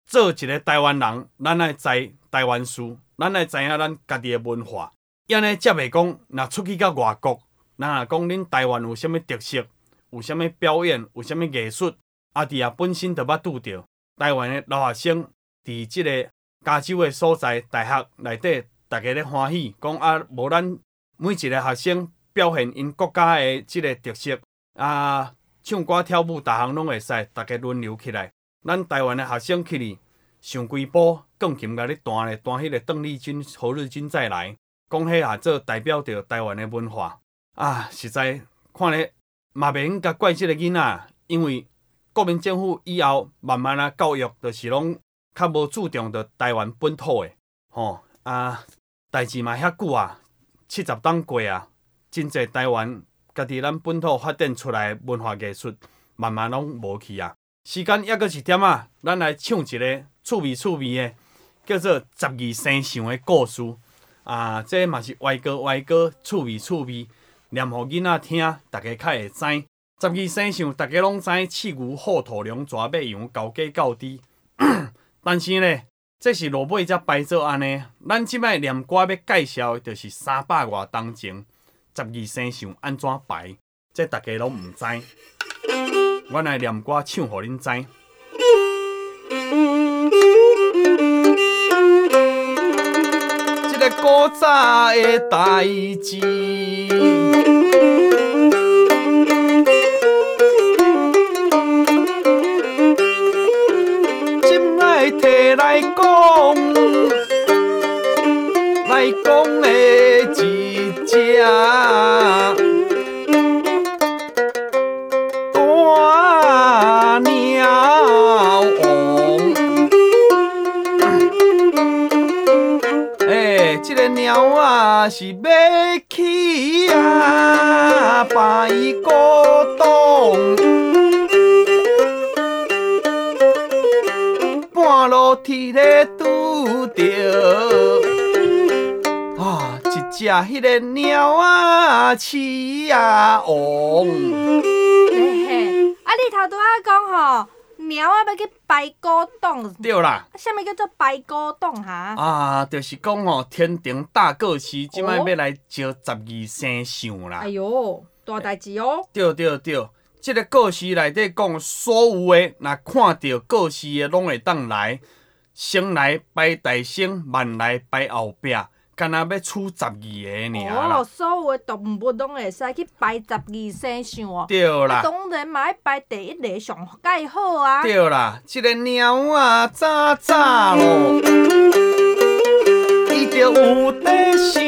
做一个台湾人，咱爱知台湾事，咱爱知影咱家己的文化。安尼才袂讲，若出去到外国，咱若讲恁台湾有啥物特色，有啥物表演，有啥物艺术，啊，伫啊本身就捌拄着台湾的留学生，伫即个加州的所在大学内底，大家咧欢喜，讲啊，无咱每一个学生表现因国家的即个特色，啊，唱歌跳舞，逐项拢会使，大家轮流起来。咱台湾的学生去哩上几步，钢琴甲你弹咧，弹迄个邓丽君、何日君再来。讲迄下做代表着台湾的文化啊，实在看咧嘛袂用甲怪即个囡仔，因为国民政府以后慢慢啊教育就是拢较无注重着台湾本土的吼啊，代志嘛遐久啊，七十当过啊，真济台湾家己咱本土发展出来的文化艺术，慢慢拢无去啊。时间抑阁一点啊，咱来唱一个趣味趣味的，叫做《十二生肖》的故事。啊，这嘛是歪歌歪歌，趣味趣味，念互囡仔听，大家较会知。十二生肖大家拢知，刺牛、虎、兔、龙、蛇、马、羊、狗、鸡、狗、猪。但是呢，这是落尾才摆做安尼。咱即摆念歌要介绍的，就是三百外当前十二生肖安怎排，这大家拢毋知。我来念歌唱互恁知。这个古早的代志，今来摕来讲，来讲的一只大鸟王。这个鸟啊是要去啊摆古董，半路铁咧拄着啊一只迄个鸟啊饲啊王。 嘿嘿，啊你头拄仔讲吼。猫啊，要去摆古董， 对啦。 啥物叫做摆古董哈？ 啊，就是讲哦，天庭大过时，即摆要来招十二生肖啦。 哎哟，大代志哦。 对对对，即、这个故事内底讲，所有的若看到故事的，拢会当来，先来摆大先，慢来摆后壁。干那要出十二个尔啦。 哦，所有的动物拢会使去摆十二生肖哦。 对啦。 啊，当然嘛，要摆第一个上介好啊。 对啦，这个鸟啊，早早咯，伊就有在想，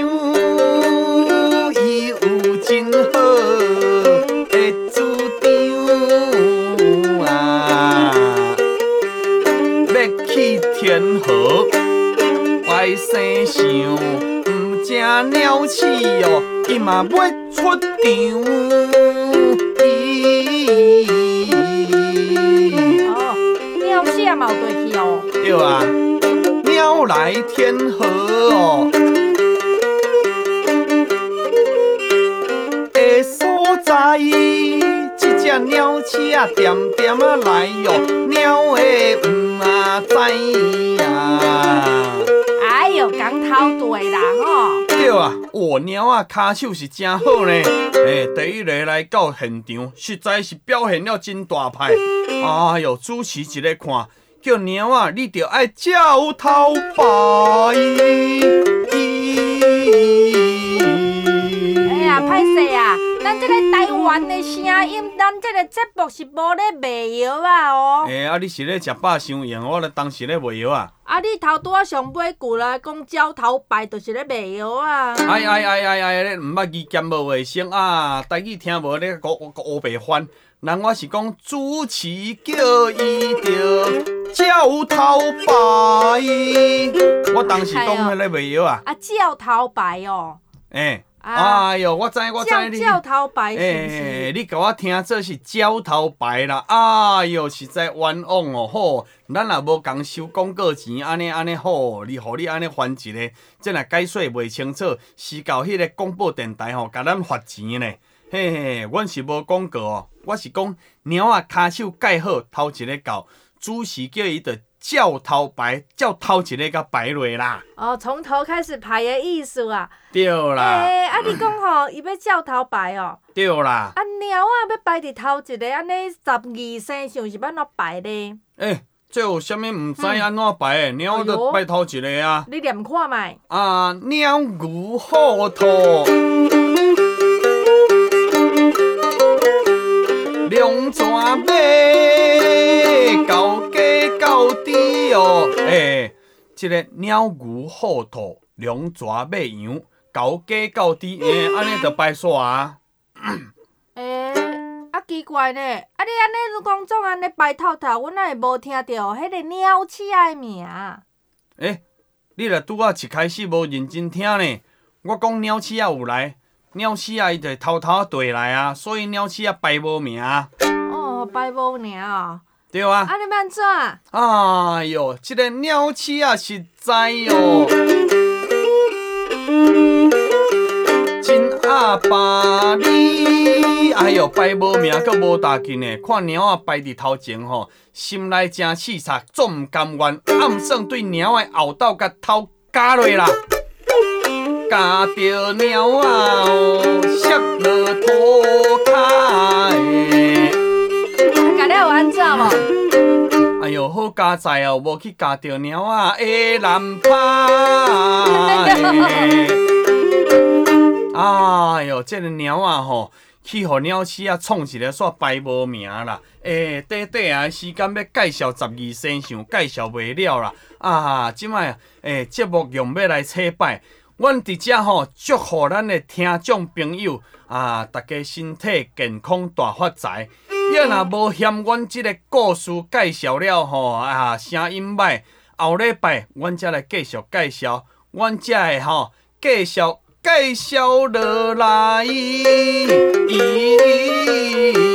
伊有真好的主张啊，要去天河。摆生肖，毋正鸟鼠哦，伊嘛要出场。 哦，鸟鼠也嘛有对去哦。 对啊，鸟来天河哦，的所在，这只鸟鼠啊，点点啊来哟，鸟的毋啊知啊。 哎呦，讲头对啦吼！ 对啊，哦，鸟啊，骹手是真好呢。诶、欸，第一个来到现场，实在是表现了真大派。哎呦，主持一个看，叫鸟啊，你着爱照头摆。 哎呀，歹势啊！咱这个台湾的声音，咱这个节目是无咧卖药啊哦。 诶、欸，啊，你是咧食饱伤用，我咧当时咧卖药啊。 啊，你头拄仔上尾句来讲鸟头摆，就是咧卖药啊。 哎哎哎哎哎，你毋捌字兼无卫生啊！台语听无咧，我我我白翻。人我是讲主持叫伊着照头摆，我当时讲迄咧卖药啊。 啊，照头摆哦。 诶、欸。哎呦，我知我知你。 照头摆是不是？ 欸、你甲我听做是照头摆啦！哎呦，实在冤枉哦！吼，咱也无共收广告钱，安尼安尼好，你互你安尼翻一个，这若解说袂清楚，是到迄个广播电台吼，甲咱罚钱呢。嘿嘿，阮是无广告哦，我是讲鸟啊，骹手盖好，头一个到，主持叫伊着照头排，照头一个甲排落啦。 哦，从头开始排的意思啊。 对啦。 诶、欸，啊，你讲吼，伊要照头排哦。 对啦。 啊，猫啊要排伫头一个，安尼十二生肖是要安怎排呢？ 诶、欸，这有啥物毋知安怎排的？猫就排头一个啊。 你念看卖。 啊，鸟牛虎兔。龙蛇马，高鸡高猪哦，诶，这个鸟牛虎兔、龙蛇马羊、高鸡高猪，诶，安尼就排煞啊。 诶、欸，啊奇怪呢，啊你安尼讲总安尼排透透，阮哪会无听到迄个鸟鼠仔的名？ 诶、欸，你若拄仔一开始无认真听呢，我讲鸟鼠仔有来。鸟鼠仔伊就偷偷对来啊，所以鸟鼠仔排无名。 哦，排无名哦。 对啊。 啊，你要安怎？ 哎哟，这个鸟鼠仔实在哦，真阿爸你，哎哟，排无名阁无大劲呢。看鸟仔排伫头前吼，心内真刺激，总毋甘愿，暗算对鸟的后斗甲头夹落啦。夹着鸟啊哦，摔落涂骹的。 夹了有安怎无？ 哎哟，好佳哉哦，无去夹着鸟啊的蓝拍的。哎哟，这个鸟啊吼，去互鸟鼠啊创一个煞排无名啦。诶、欸，短短啊时间要介绍十二生肖，介绍袂了啦。啊，即摆诶节目用要来切摆。阮伫遮吼，祝福咱的听众朋友啊，大家身体健康大发财。要若无嫌阮即个故事介绍了吼啊，声音歹，后礼拜阮才来继续介绍，阮才会吼继续介绍落来。